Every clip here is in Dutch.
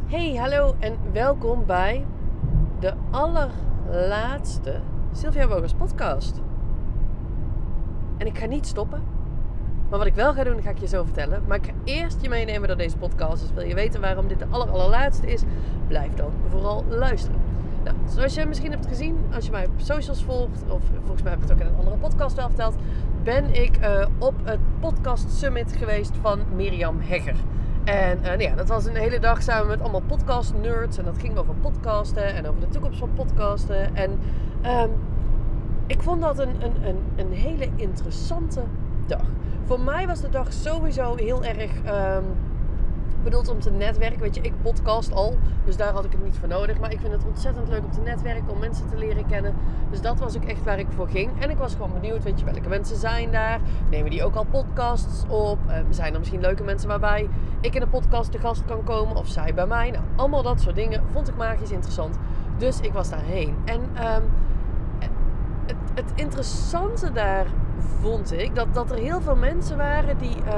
Hey, hallo en welkom bij de allerlaatste Sylvia Wogers podcast. En ik ga niet stoppen. Maar wat ik wel ga doen, ga ik je zo vertellen. Maar ik ga eerst je meenemen door deze podcast. Dus wil je weten waarom dit de allerlaatste is? Blijf dan vooral luisteren. Nou, zoals je misschien hebt gezien, als je mij op socials volgt, of volgens mij heb ik het ook in een andere podcast wel verteld, ben ik op het podcast summit geweest van Mirjam Hegger. En dat was een hele dag samen met allemaal podcast nerds. En dat ging over podcasten en over de toekomst van podcasten. En ik vond dat een hele interessante dag. Voor mij was de dag sowieso heel erg bedoeld om te netwerken. Weet je, ik podcast al, dus daar had ik het niet voor nodig. Maar ik vind het ontzettend leuk om te netwerken, om mensen te leren kennen. Dus dat was ook echt waar ik voor ging. En ik was gewoon benieuwd, weet je, welke mensen zijn daar? Nemen die ook al podcasts op? Zijn er misschien leuke mensen waarbij ik in een podcast te gast kan komen? Of zij bij mij? Nou, allemaal dat soort dingen vond ik magisch interessant. Dus ik was daarheen. En het interessante daar vond ik dat er heel veel mensen waren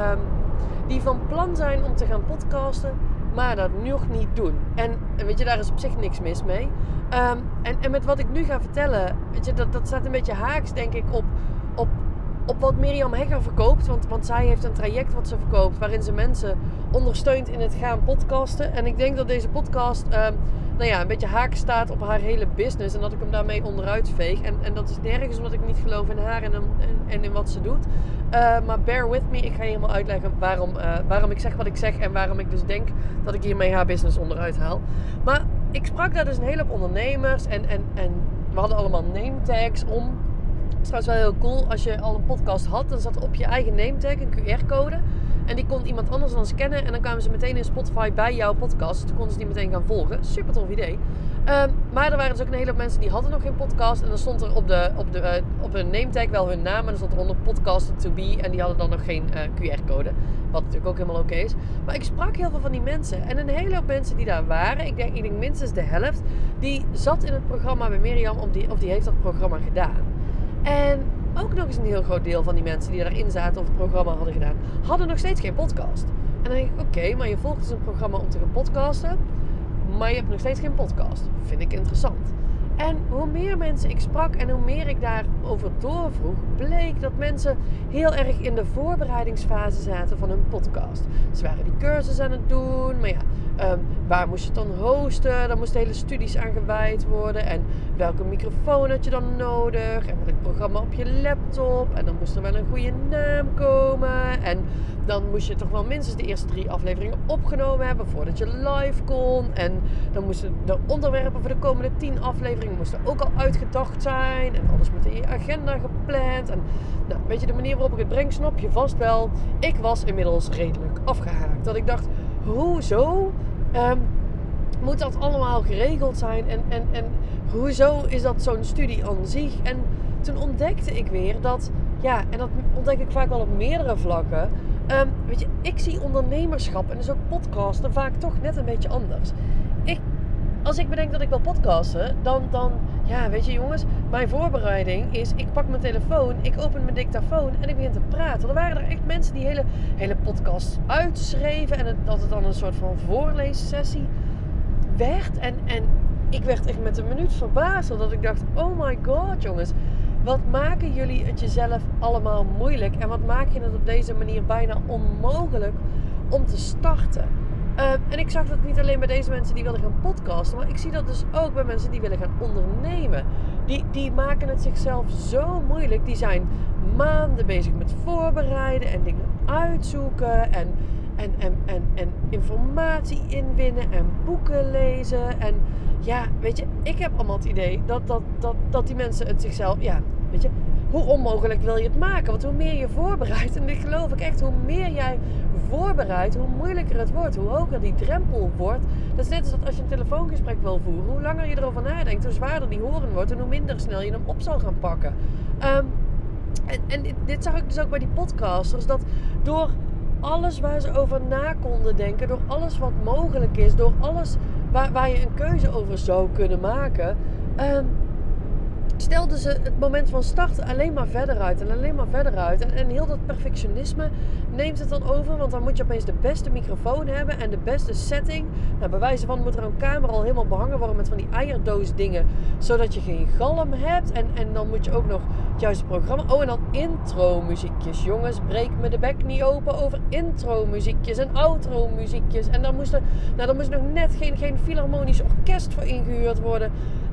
die van plan zijn om te gaan podcasten, maar dat nog niet doen. En weet je, daar is op zich niks mis mee. En met wat ik nu ga vertellen, weet je, dat staat een beetje haaks, denk ik, op wat Mirjam Hegger verkoopt. Want zij heeft een traject wat ze verkoopt, waarin ze mensen ondersteunt in het gaan podcasten. En ik denk dat deze podcast een beetje haak staat op haar hele business. En dat ik hem daarmee onderuit veeg. En dat is nergens omdat ik niet geloof in haar en in wat ze doet. Maar bear with me. Ik ga je helemaal uitleggen waarom ik zeg wat ik zeg. En waarom ik dus denk dat ik hiermee haar business onderuit haal. Maar ik sprak daar dus een hele hoop ondernemers. En we hadden allemaal name tags om. Het is trouwens wel heel cool. Als je al een podcast had, dan zat er op je eigen name tag een QR-code. En die kon iemand anders dan scannen. En dan kwamen ze meteen in Spotify bij jouw podcast. Dus toen konden ze die meteen gaan volgen. Super tof idee. Maar er waren dus ook een hele hoop mensen die hadden nog geen podcast. En dan stond er op hun name tag wel hun naam. En dan stond er onder podcast to be. En die hadden dan nog geen QR-code. Wat natuurlijk ook helemaal oké is. Maar ik sprak heel veel van die mensen. En een hele hoop mensen die daar waren. Ik denk minstens de helft. Die zat in het programma bij Mirjam. Of die heeft dat programma gedaan. En ook nog eens een heel groot deel van die mensen die daarin zaten of het programma hadden gedaan, hadden nog steeds geen podcast. En dan denk ik, oké, maar je volgt dus een programma om te gaan podcasten, maar je hebt nog steeds geen podcast. Vind ik interessant. En hoe meer mensen ik sprak en hoe meer ik daarover doorvroeg, bleek dat mensen heel erg in de voorbereidingsfase zaten van hun podcast. Ze waren die cursus aan het doen, maar waar moest je het dan hosten? Daar moesten hele studies aan gewijd worden. En welke microfoon had je dan nodig? En welk programma op je laptop? En dan moest er wel een goede naam komen. En dan moest je toch wel minstens de eerste 3 afleveringen opgenomen hebben voordat je live kon. En dan moesten de onderwerpen voor de komende 10 afleveringen moesten ook al uitgedacht zijn. En alles moet in je agenda gepland. En weet je, de manier waarop ik het breng, snap je vast wel. Ik was inmiddels redelijk afgehaakt. Dat ik dacht, hoezo moet dat allemaal geregeld zijn? En hoezo is dat zo'n studie aan zich? En toen ontdekte ik weer dat, en dat ontdek ik vaak wel op meerdere vlakken. Weet je, ik zie ondernemerschap en dus ook podcasten vaak toch net een beetje anders. Als ik bedenk dat ik wil podcasten, dan weet je jongens, mijn voorbereiding is, ik pak mijn telefoon, ik open mijn dictafoon en ik begin te praten. Er waren er echt mensen die hele podcasts uitschreven en dat het dan een soort van voorleessessie werd. En ik werd echt met een minuut verbaasd, dat ik dacht, oh my god jongens, wat maken jullie het jezelf allemaal moeilijk en wat maak je het op deze manier bijna onmogelijk om te starten? En ik zag dat niet alleen bij deze mensen die willen gaan podcasten, maar ik zie dat dus ook bij mensen die willen gaan ondernemen. Die maken het zichzelf zo moeilijk. Die zijn maanden bezig met voorbereiden en dingen uitzoeken en informatie inwinnen en boeken lezen. En weet je, ik heb allemaal het idee dat die mensen het zichzelf, weet je, hoe onmogelijk wil je het maken? Want hoe meer je voorbereidt, en dit geloof ik echt, hoe meer jij voorbereidt, hoe moeilijker het wordt, hoe hoger die drempel wordt. Dat is net als dat als je een telefoongesprek wil voeren, hoe langer je erover nadenkt, hoe zwaarder die horen wordt en hoe minder snel je hem op zal gaan pakken. En dit zag ik dus ook bij die podcasters, dat door alles waar ze over na konden denken, door alles wat mogelijk is, door alles waar je een keuze over zou kunnen maken, stelden ze het moment van starten alleen maar verder uit en alleen maar verder uit. En heel dat perfectionisme neemt het dan over, want dan moet je opeens de beste microfoon hebben en de beste setting. Nou, bij wijze van moet er een camera al helemaal behangen worden met van die eierdoos dingen, zodat je geen galm hebt. En dan moet je ook nog het juiste programma. Oh, en dan intro muziekjes. Jongens, breek me de bek niet open over intro muziekjes en outro muziekjes. En dan moest er nog net geen filharmonisch orkest voor ingehuurd worden.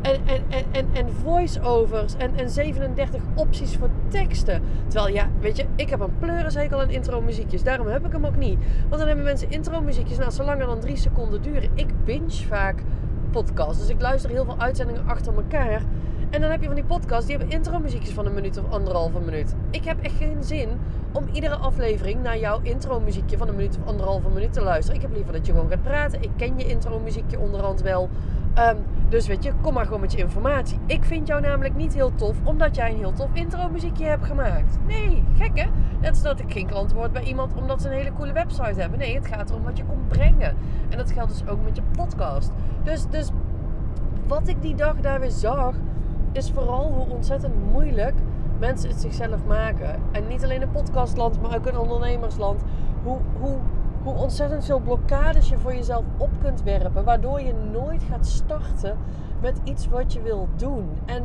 En voice-overs en 37 opties voor teksten. Terwijl, ja, weet je, ik heb een pleurishekel aan intro-muziekjes. Daarom heb ik hem ook niet. Want dan hebben mensen intro-muziekjes, nou, zo langer dan 3 seconden duren. Ik binge vaak podcasts. Dus ik luister heel veel uitzendingen achter elkaar. En dan heb je van die podcasts, die hebben intro-muziekjes van 1 minuut of 1,5 minuut. Ik heb echt geen zin om iedere aflevering naar jouw intro-muziekje van 1 minuut of 1,5 minuut te luisteren. Ik heb liever dat je gewoon gaat praten. Ik ken je intro-muziekje onderhand wel. Dus weet je, kom maar gewoon met je informatie. Ik vind jou namelijk niet heel tof, omdat jij een heel tof intro-muziekje hebt gemaakt. Nee, gek hè? Net als dat ik geen klant word bij iemand omdat ze een hele coole website hebben. Nee, het gaat erom wat je komt brengen. En dat geldt dus ook met je podcast. Dus wat ik die dag daar weer zag, is vooral hoe ontzettend moeilijk mensen het zichzelf maken. En niet alleen in podcastland, maar ook in ondernemersland. Hoe ontzettend veel blokkades je voor jezelf op kunt werpen. Waardoor je nooit gaat starten met iets wat je wil doen. En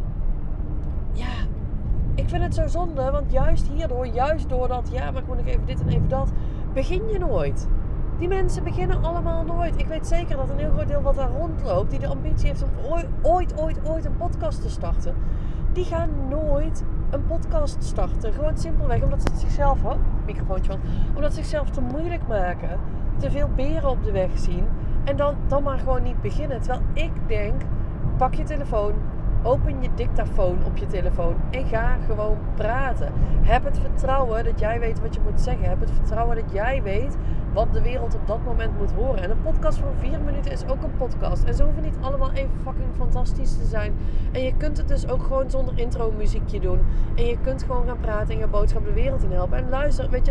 ja, ik vind het zo zonde. Want juist hierdoor, juist doordat, ja, maar ik moet nog even dit en even dat, begin je nooit. Die mensen beginnen allemaal nooit. Ik weet zeker dat een heel groot deel wat daar rondloopt, die de ambitie heeft om ooit een podcast te starten, die gaan nooit een podcast starten. Gewoon simpelweg omdat ze het zichzelf, microfoontje van, omdat ze zichzelf te moeilijk maken, te veel beren op de weg zien en dan maar gewoon niet beginnen. Terwijl ik denk, pak je telefoon, open je dictafoon op je telefoon en ga gewoon praten. Heb het vertrouwen dat jij weet wat je moet zeggen. Heb het vertrouwen dat jij weet wat de wereld op dat moment moet horen. En een podcast van 4 minuten is ook een podcast. En ze hoeven niet allemaal even fucking fantastisch te zijn. En je kunt het dus ook gewoon zonder intro muziekje doen. En je kunt gewoon gaan praten en je boodschap de wereld in helpen. En luister, weet je,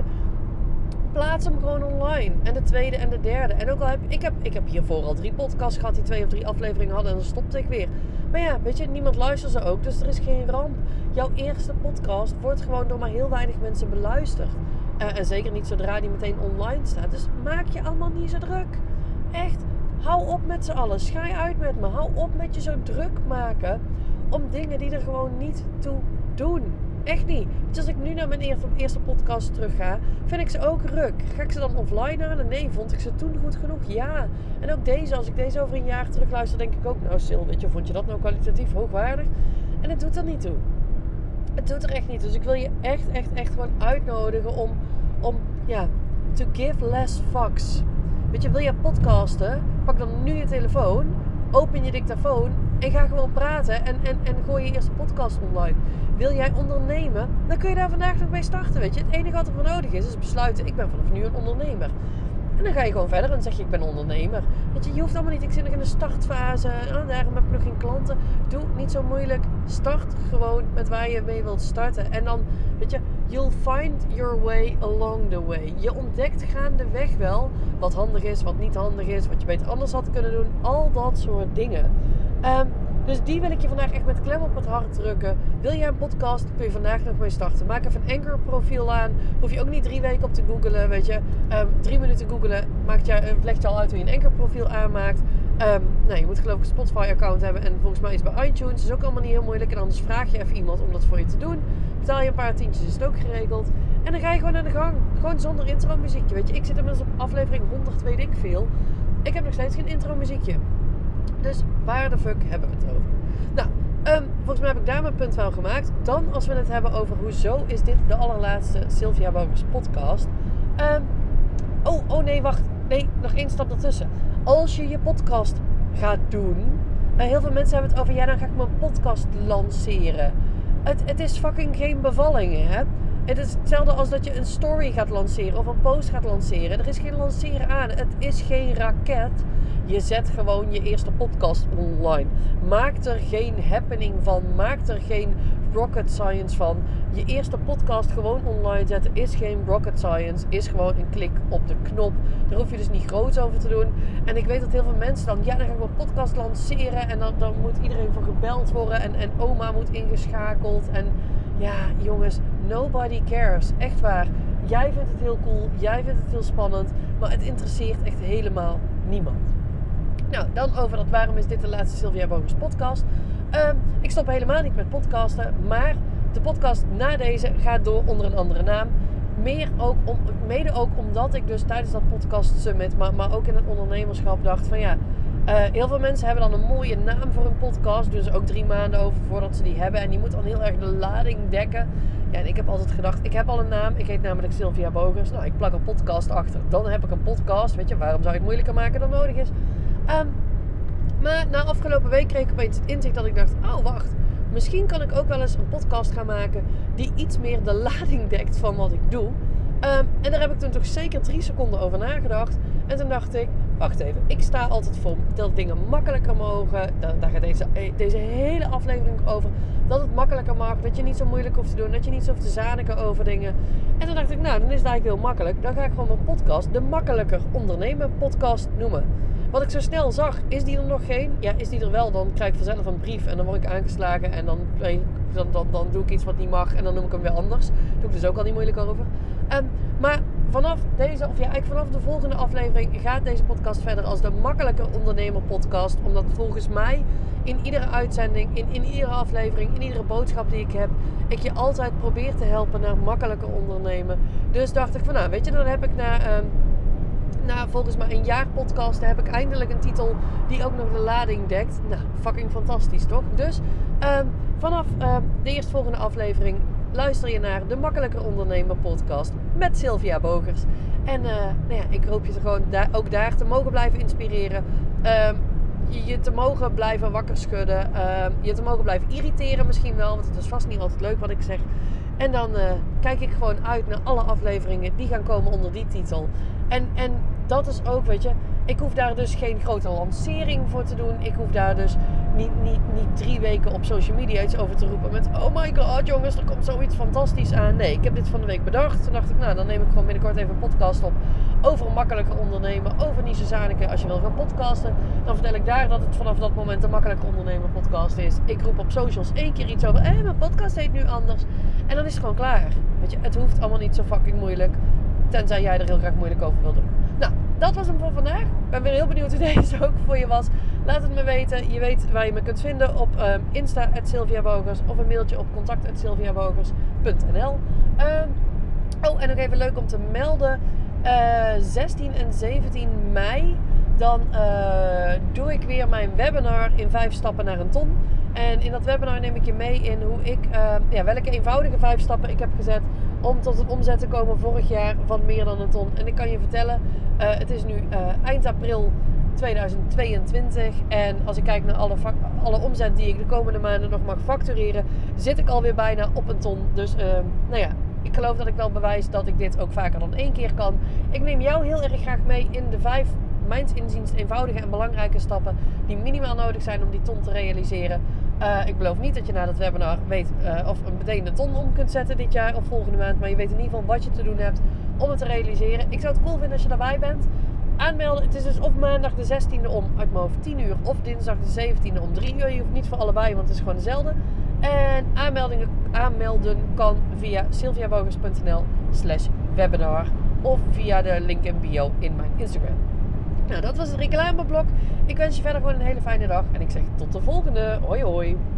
plaats hem gewoon online. En de tweede en de derde. En ook al ik heb hiervoor al 3 podcasts gehad die 2 of 3 afleveringen hadden en dan stopte ik weer. Maar ja, weet je, niemand luistert ze ook, dus er is geen ramp. Jouw eerste podcast wordt gewoon door maar heel weinig mensen beluisterd. En zeker niet zodra die meteen online staat. Dus maak je allemaal niet zo druk. Echt, hou op met z'n allen. Schei uit met me. Hou op met je zo druk maken om dingen die er gewoon niet toe doen. Echt niet. Dus als ik nu naar mijn eerste podcast terug ga, vind ik ze ook ruk. Ga ik ze dan offline halen? Nee, vond ik ze toen goed genoeg? Ja. En ook deze, als ik deze over een jaar terugluister, denk ik ook, nou Sil, weet je, vond je dat nou kwalitatief hoogwaardig? En het doet er niet toe. Het doet er echt niet. Dus ik wil je echt gewoon uitnodigen om to give less fucks. Weet je, wil je podcasten? Pak dan nu je telefoon, open je dictafoon en ga gewoon praten en gooi je eerste podcast online. Wil jij ondernemen? Dan kun je daar vandaag nog mee starten, weet je. Het enige wat er voor nodig is besluiten, ik ben vanaf nu een ondernemer. En dan ga je gewoon verder en zeg je, ik ben ondernemer. Weet je, je hoeft allemaal niet, ik zit nog in de startfase. Daarom heb ik nog geen klanten. Doe niet zo moeilijk. Start gewoon met waar je mee wilt starten. En dan, weet je, you'll find your way along the way. Je ontdekt gaandeweg wel wat handig is, wat niet handig is, wat je beter anders had kunnen doen. Al dat soort dingen. Dus die wil ik je vandaag echt met klem op het hart drukken. Wil jij een podcast, kun je vandaag nog mee starten. Maak even een Anchor profiel aan. Hoef je ook niet 3 weken op te googlen, weet je. 3 minuten googlen, legt je al uit hoe je een Anchor profiel aanmaakt. Je moet geloof ik een Spotify account hebben en volgens mij iets bij iTunes. Dat is ook allemaal niet heel moeilijk. En anders vraag je even iemand om dat voor je te doen. Betaal je een paar tientjes, is het ook geregeld. En dan ga je gewoon aan de gang. Gewoon zonder intro muziekje, weet je. Ik zit inmiddels op aflevering 100, weet ik veel. Ik heb nog steeds geen intro muziekje. Dus waar de fuck hebben we het over? Nou, volgens mij heb ik daar mijn punt wel gemaakt. Dan als we het hebben over hoezo is dit de allerlaatste Sylvia Bogers podcast. Nee, wacht. Nee, nog 1 stap ertussen. Als je podcast gaat doen. Heel veel mensen hebben het over, dan ga ik mijn podcast lanceren. Het is fucking geen bevallingen, hè. Het is hetzelfde als dat je een story gaat lanceren of een post gaat lanceren. Er is geen lanceren aan. Het is geen raket. Je zet gewoon je eerste podcast online. Maak er geen happening van. Maak er geen rocket science van. Je eerste podcast gewoon online zetten is geen rocket science. Is gewoon een klik op de knop. Daar hoef je dus niet groots over te doen. En ik weet dat heel veel mensen dan ga ik mijn podcast lanceren. En dan moet iedereen voor gebeld worden. En oma moet ingeschakeld. En ja, jongens, nobody cares. Echt waar. Jij vindt het heel cool. Jij vindt het heel spannend. Maar het interesseert echt helemaal niemand. Nou, dan over dat waarom is dit de laatste Sylvia Bogers podcast. Ik stop helemaal niet met podcasten. Maar de podcast na deze gaat door onder een andere naam. Mede ook omdat ik dus tijdens dat podcast summit, maar ook in het ondernemerschap dacht van ja, heel veel mensen hebben dan een mooie naam voor hun podcast. Dus ook 3 maanden over voordat ze die hebben. En die moet dan heel erg de lading dekken. Ja, en ik heb altijd gedacht, ik heb al een naam. Ik heet namelijk Sylvia Bogers. Nou, ik plak een podcast achter. Dan heb ik een podcast. Weet je, waarom zou je het moeilijker maken dan nodig is? Maar na afgelopen week kreeg ik opeens het inzicht dat ik dacht, oh wacht. Misschien kan ik ook wel eens een podcast gaan maken die iets meer de lading dekt van wat ik doe. En daar heb ik toen toch zeker 3 seconden over nagedacht. En toen dacht ik, wacht even, ik sta altijd voor dat dingen makkelijker mogen. Daar gaat deze hele aflevering over. Dat het makkelijker mag, dat je niet zo moeilijk hoeft te doen, dat je niet zo hoeft te zaniken over dingen. En toen dacht ik, nou, dan is het eigenlijk heel makkelijk. Dan ga ik gewoon mijn podcast de Makkelijker Ondernemen podcast noemen. Wat ik zo snel zag, is die er nog geen? Ja, is die er wel, dan krijg ik vanzelf een brief en dan word ik aangeslagen en dan doe ik iets wat niet mag en dan noem ik hem weer anders. Daar doe ik dus ook al niet moeilijk over. Maar vanaf vanaf de volgende aflevering gaat deze podcast verder als de Makkelijker Ondernemer podcast. Omdat volgens mij in iedere uitzending, in iedere aflevering, in iedere boodschap die ik heb, ik je altijd probeer te helpen naar makkelijker ondernemen. Dus dacht ik van nou, weet je, dan heb ik na volgens mij een jaar podcasten heb ik eindelijk een titel die ook nog de lading dekt. Nou, fucking fantastisch toch? Dus vanaf de eerstvolgende aflevering luister je naar de Makkelijker Ondernemer podcast met Sylvia Bogers. En ik hoop je ook daar te mogen blijven inspireren. Je te mogen blijven wakker schudden. Je te mogen blijven irriteren misschien wel. Want het is vast niet altijd leuk wat ik zeg. En dan kijk ik gewoon uit naar alle afleveringen die gaan komen onder die titel. En dat is ook, weet je, ik hoef daar dus geen grote lancering voor te doen. Ik hoef daar dus niet 3 weken op social media iets over te roepen met oh my god jongens, er komt zoiets fantastisch aan. Nee, ik heb dit van de week bedacht. Toen dacht ik, nou dan neem ik gewoon binnenkort even een podcast op over makkelijker ondernemen, over Niche Zaneke. Als je wil gaan podcasten, dan vertel ik daar dat het vanaf dat moment een makkelijker ondernemen podcast is. Ik roep op socials 1 keer iets over, mijn podcast heet nu anders. En dan is het gewoon klaar. Weet je, het hoeft allemaal niet zo fucking moeilijk. Tenzij jij er heel graag moeilijk over wil doen. Nou, dat was hem voor vandaag. Ik ben weer heel benieuwd hoe deze ook voor je was. Laat het me weten. Je weet waar je me kunt vinden op Insta @SylviaBogers of een mailtje op contact@sylviabogers.nl. En nog even leuk om te melden. 16 en 17 mei dan doe ik weer mijn webinar in 5 stappen naar een ton. En in dat webinar neem ik je mee in hoe ik, welke eenvoudige 5 stappen ik heb gezet om tot een omzet te komen vorig jaar van meer dan een ton. En ik kan je vertellen, het is nu eind april 2022. En als ik kijk naar alle omzet die ik de komende maanden nog mag factureren, zit ik alweer bijna op een ton. Dus ik geloof dat ik wel bewijs dat ik dit ook vaker dan 1 keer kan. Ik neem jou heel erg graag mee in de 5, mijns inziens, eenvoudige en belangrijke stappen die minimaal nodig zijn om die ton te realiseren. Ik beloof niet dat je na dat webinar weet of meteen de ton om kunt zetten dit jaar of volgende maand. Maar je weet in ieder geval wat je te doen hebt om het te realiseren. Ik zou het cool vinden als je daarbij bent. Aanmelden, het is dus of maandag de 16e om uit mijn hoofd 10 uur of dinsdag de 17e om 3 uur. Je hoeft niet voor allebei, want het is gewoon dezelfde. En aanmelden kan via sylviabogers.nl/webinar of via de link in bio in mijn Instagram. Nou, dat was het reclameblok. Ik wens je verder gewoon een hele fijne dag en ik zeg tot de volgende. Hoi hoi.